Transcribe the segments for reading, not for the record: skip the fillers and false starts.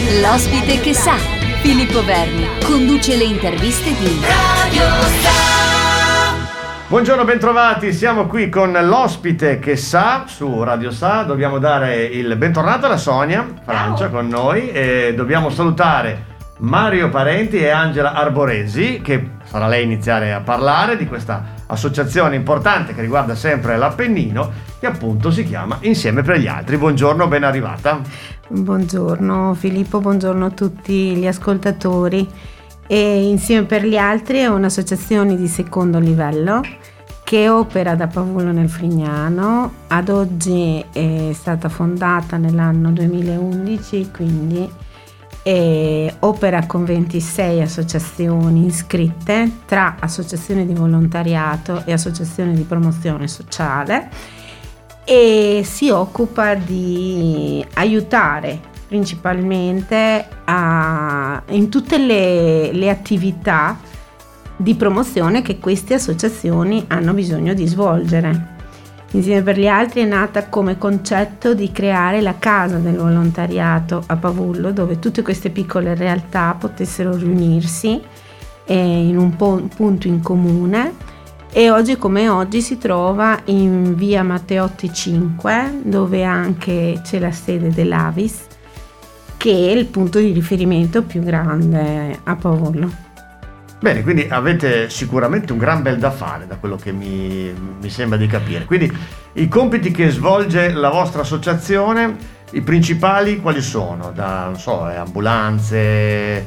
L'ospite che sa. Filippo Verni conduce le interviste di Radio Sa. Buongiorno, bentrovati. Siamo qui con l'ospite che sa su Radio Sa. Dobbiamo dare il bentornato alla Sonia Francia con noi e dobbiamo salutare Mario Parenti e Angela Arboresi, che sarà lei iniziare a parlare di questa associazione importante che riguarda sempre l'Appennino, che appunto si chiama Insieme per gli Altri. Buongiorno, ben arrivata. Buongiorno Filippo, buongiorno a tutti gli ascoltatori. E Insieme per gli Altri è un'associazione di secondo livello che opera da Pavullo nel Frignano. Ad oggi è stata fondata nell'anno 2011, quindi opera con 26 associazioni iscritte tra associazioni di volontariato e associazioni di promozione sociale, e si occupa di aiutare principalmente in tutte le attività di promozione che queste associazioni hanno bisogno di svolgere. Insieme per gli Altri è nata come concetto di creare la casa del volontariato a Pavullo, dove tutte queste piccole realtà potessero riunirsi in un punto in comune, e oggi come oggi si trova in via Matteotti 5, dove anche c'è la sede dell'Avis, che è il punto di riferimento più grande a Pavullo. Bene, quindi avete sicuramente un gran bel da fare, da quello che mi sembra di capire. Quindi i compiti che svolge la vostra associazione, i principali quali sono? Non so, ambulanze,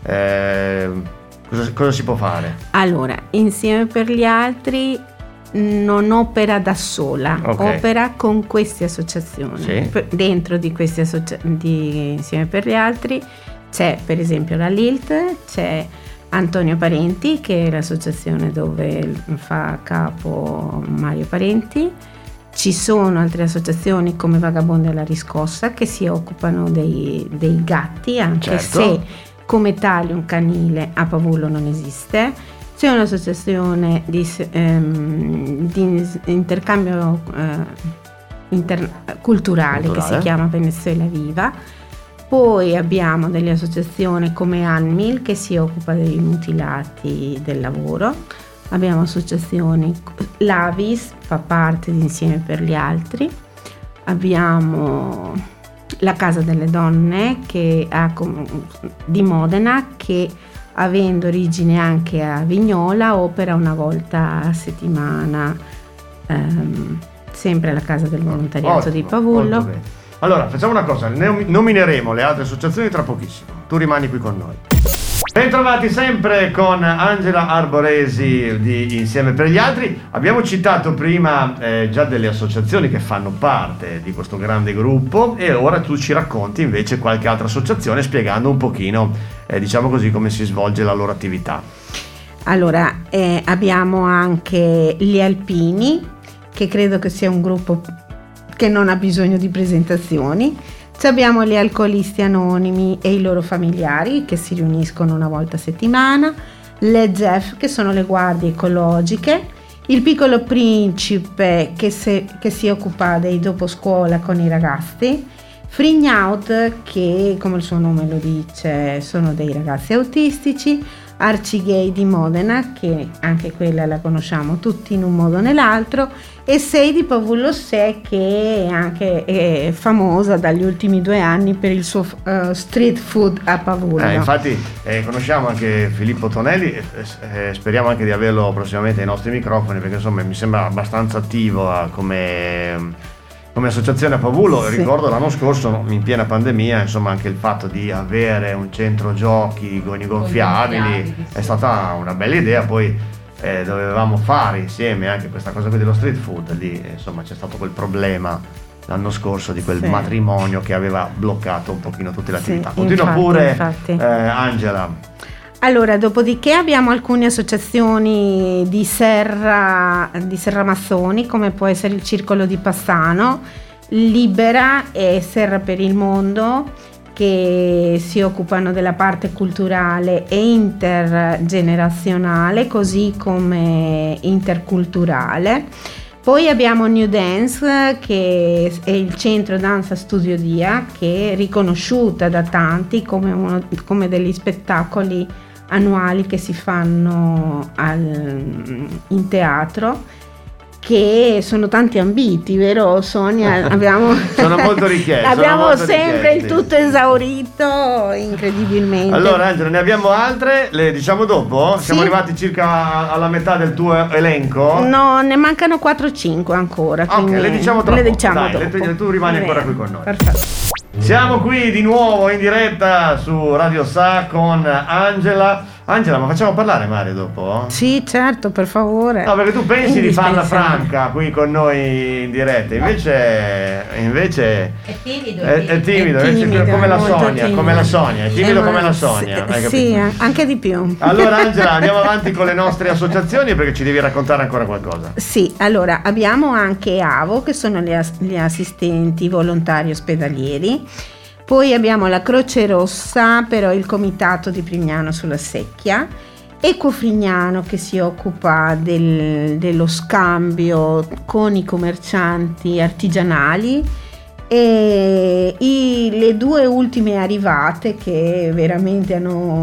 cosa si può fare? Allora, Insieme per gli Altri non opera da sola, Okay. Opera con queste associazioni. Sì. Dentro di queste di Insieme per gli Altri c'è per esempio la LILT, c'è Antonio Parenti, che è l'associazione dove fa capo Mario Parenti. Ci sono altre associazioni come Vagabondi alla Riscossa, che si occupano dei gatti, anche Certo. se come tale un canile a Pavullo non esiste. C'è un'associazione di intercambio culturale che si chiama Venezuela Viva. Poi abbiamo delle associazioni come ANMIL, che si occupa dei mutilati del lavoro. Abbiamo associazioni, l'Avis fa parte di Insieme per gli Altri. Abbiamo la Casa delle Donne di Modena, che avendo origine anche a Vignola opera una volta a settimana, sempre alla Casa del Volontariato di Pavullo. Molto bene. Allora, facciamo una cosa, nomineremo le altre associazioni tra pochissimo. Tu rimani qui con noi. Bentrovati sempre con Angela Arboresi di Insieme per gli Altri. Abbiamo citato prima già delle associazioni che fanno parte di questo grande gruppo, e ora tu ci racconti invece qualche altra associazione, spiegando un pochino, diciamo così, come si svolge la loro attività. Allora, abbiamo anche gli Alpini, che credo che sia un gruppo che non ha bisogno di presentazioni. Abbiamo gli Alcolisti Anonimi e i loro familiari, che si riuniscono una volta a settimana, le GEF, che sono le guardie ecologiche, il Piccolo Principe, che si occupa dei doposcuola con i ragazzi, Frignout, che come il suo nome lo dice sono dei ragazzi autistici, Arcigay di Modena, che anche quella la conosciamo tutti in un modo o nell'altro, e Sei di Pavullo Se, che è famosa dagli ultimi 2 anni per il suo street food a Pavullo. Infatti conosciamo anche Filippo Tonelli, speriamo anche di averlo prossimamente ai nostri microfoni, perché insomma mi sembra abbastanza attivo come associazione a Pavullo. Sì. Ricordo l'anno scorso, in piena pandemia, insomma, anche il fatto di avere un centro giochi con i gonfiabili è stata una bella idea. Poi dovevamo fare insieme anche questa cosa qui dello street food, lì insomma c'è stato quel problema l'anno scorso di quel matrimonio che aveva bloccato un pochino tutte le attività. Continua pure. Angela. Allora, dopodiché abbiamo alcune associazioni di serramassoni, come può essere il Circolo di Passano, Libera e Serra per il Mondo, che si occupano della parte culturale e intergenerazionale, così come interculturale. Poi abbiamo New Dance, che è il centro danza Studio Dia, che è riconosciuta da tanti come degli spettacoli annuali che si fanno in teatro, che sono tanti ambiti, vero Sonia? Sono molto richiesti. Abbiamo sempre il tutto esaurito, incredibilmente. Allora Angela, ne abbiamo altre? Le diciamo dopo? Sì. Siamo arrivati circa alla metà del tuo elenco? No, ne mancano 4-5 ancora. Ok, le diciamo tra poco. Dai, dopo. tu rimani ancora qui con noi. Perfetto. Siamo qui di nuovo in diretta su Radio Sa con Angela. Angela, ma facciamo parlare Mario dopo? Sì, certo, per favore. No, perché tu pensi di farla franca qui con noi in diretta, invece è timido. È timido, come la Sonia, è timido come la Sonia. Sì, anche di più. Allora Angela, andiamo avanti con le nostre associazioni perché ci devi raccontare ancora qualcosa. Sì, allora abbiamo anche AVO, che sono gli assistenti volontari ospedalieri. Poi abbiamo la Croce Rossa, però il comitato di Prignano sulla Secchia, Equo Frignano, che si occupa dello scambio con i commercianti artigianali, e le due ultime arrivate che veramente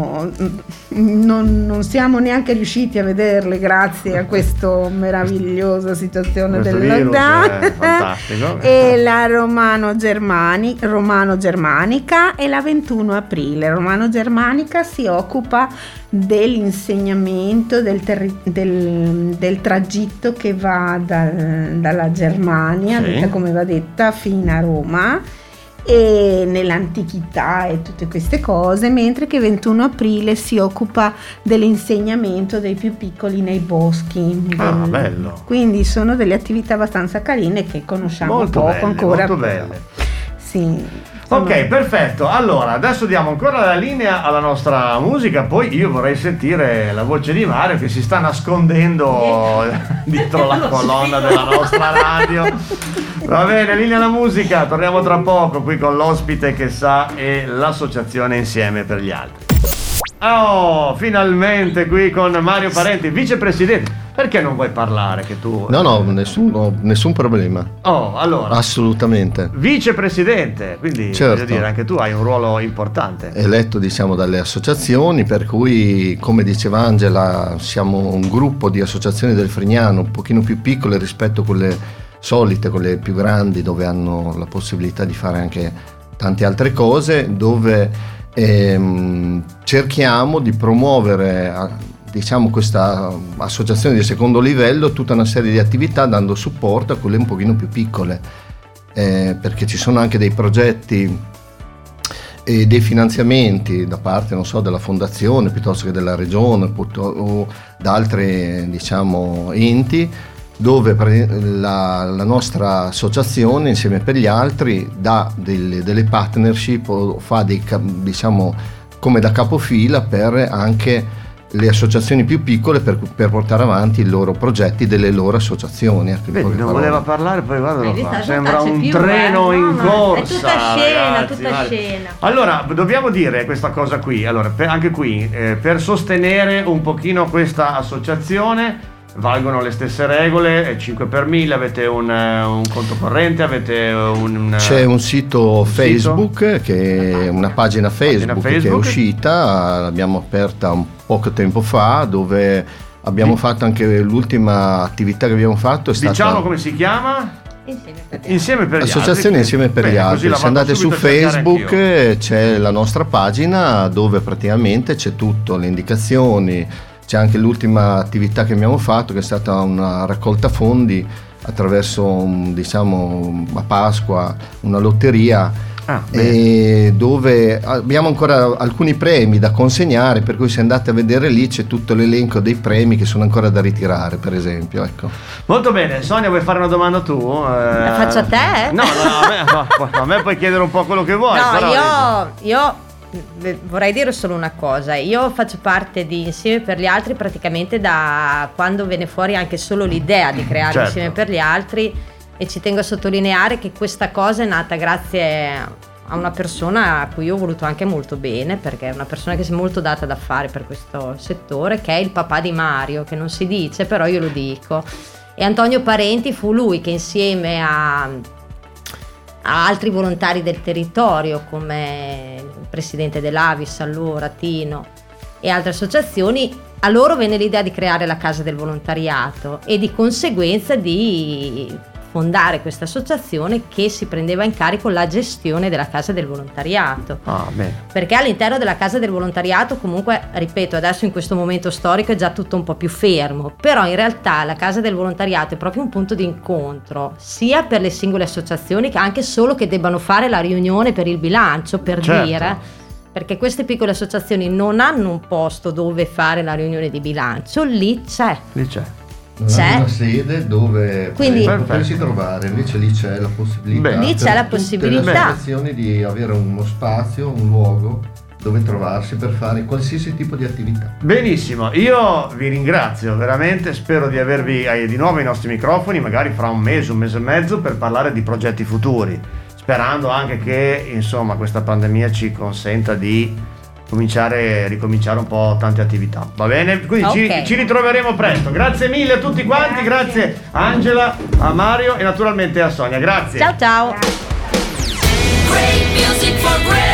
non siamo neanche riusciti a vederle grazie a questa meravigliosa situazione del lockdown. Fantastico. E la Romano Germanica e la 21 aprile. Romano Germanica si occupa dell'insegnamento del tragitto che va dalla Germania, sì, detta come va detta, fino a Roma, e nell'antichità e tutte queste cose, mentre che 21 aprile si occupa dell'insegnamento dei più piccoli nei boschi. Bello. Quindi sono delle attività abbastanza carine che conosciamo molto poco belle, ancora. Molto belle. Sì. Ok, perfetto. Allora, adesso diamo ancora la linea alla nostra musica, poi io vorrei sentire la voce di Mario che si sta nascondendo dietro la colonna della nostra radio. Va bene, linea alla musica, torniamo tra poco qui con l'ospite che sa e l'associazione Insieme per gli Altri. Oh, finalmente qui con Mario Parenti, vicepresidente. Perché non vuoi parlare che tu? No, nessun problema. Oh, allora. Assolutamente. Vicepresidente, quindi certo, voglio dire, anche tu hai un ruolo importante. Eletto, diciamo, dalle associazioni, per cui, come diceva Angela, siamo un gruppo di associazioni del Frignano un pochino più piccole rispetto a quelle solite, quelle più grandi, dove hanno la possibilità di fare anche tante altre cose, dove cerchiamo di promuovere, diciamo, questa associazione di secondo livello, tutta una serie di attività, dando supporto a quelle un pochino più piccole, perché ci sono anche dei progetti e dei finanziamenti da parte, non so, della fondazione piuttosto che della regione o da altri, diciamo, enti, dove la nostra associazione Insieme per gli Altri dà delle partnership o fa diciamo, come da capofila per anche le associazioni più piccole per portare avanti i loro progetti delle loro associazioni. Vedi, non voleva parlare, poi guardalo qua, sembra un più, treno in corsa. È tutta scena, ragazzi, tutta scena. Allora, dobbiamo dire questa cosa qui, allora, anche qui, per sostenere un pochino questa associazione, valgono le stesse regole, 5 per 1000, avete un conto corrente, avete c'è un sito Facebook, che è una pagina Facebook che è uscita, l'abbiamo aperta un poco tempo fa, dove abbiamo fatto anche l'ultima attività che abbiamo fatto è stata, diciamo, come si chiama? Insieme per gli Associazione altri. Insieme per gli Altri. Se andate su Facebook c'è la nostra pagina dove praticamente c'è tutto, le indicazioni. C'è anche l'ultima attività che abbiamo fatto, che è stata una raccolta fondi attraverso, diciamo, a Pasqua, una lotteria, dove abbiamo ancora alcuni premi da consegnare, per cui se andate a vedere lì c'è tutto l'elenco dei premi che sono ancora da ritirare, per esempio. Ecco. Molto bene. Sonia, vuoi fare una domanda tu? La faccio a te? No, a me puoi chiedere un po' quello che vuoi. No, però io vorrei dire solo una cosa. Io faccio parte di Insieme per gli Altri praticamente da quando venne fuori anche solo l'idea di creare, certo, Insieme per gli Altri, e ci tengo a sottolineare che questa cosa è nata grazie a una persona a cui io ho voluto anche molto bene, perché è una persona che si è molto data da fare per questo settore, che è il papà di Mario, che non si dice, però io lo dico. E Antonio Parenti fu lui che insieme a altri volontari del territorio come il presidente dell'Avis allora, Tino, e altre associazioni, a loro venne l'idea di creare la Casa del Volontariato e di conseguenza di fondare questa associazione che si prendeva in carico la gestione della Casa del Volontariato. Perché all'interno della Casa del Volontariato, comunque, ripeto, adesso in questo momento storico è già tutto un po' più fermo, però in realtà la Casa del Volontariato è proprio un punto di incontro sia per le singole associazioni che anche solo che debbano fare la riunione per il bilancio, per dire, perché queste piccole associazioni non hanno un posto dove fare la riunione di bilancio, lì c'è. Non c'è una sede dove potersi trovare, invece lì c'è la possibilità. Lì c'è la possibilità. Le associazioni di avere uno spazio, un luogo dove trovarsi per fare qualsiasi tipo di attività. Benissimo, io vi ringrazio veramente, spero di avervi di nuovo ai nostri microfoni, magari fra un mese e mezzo, per parlare di progetti futuri, sperando anche che insomma questa pandemia ci consenta di ricominciare un po' tante attività, va bene? Quindi ci ritroveremo presto. Grazie mille a tutti quanti, grazie a Angela, a Mario e naturalmente a Sonia. Grazie. Ciao ciao. Great music for great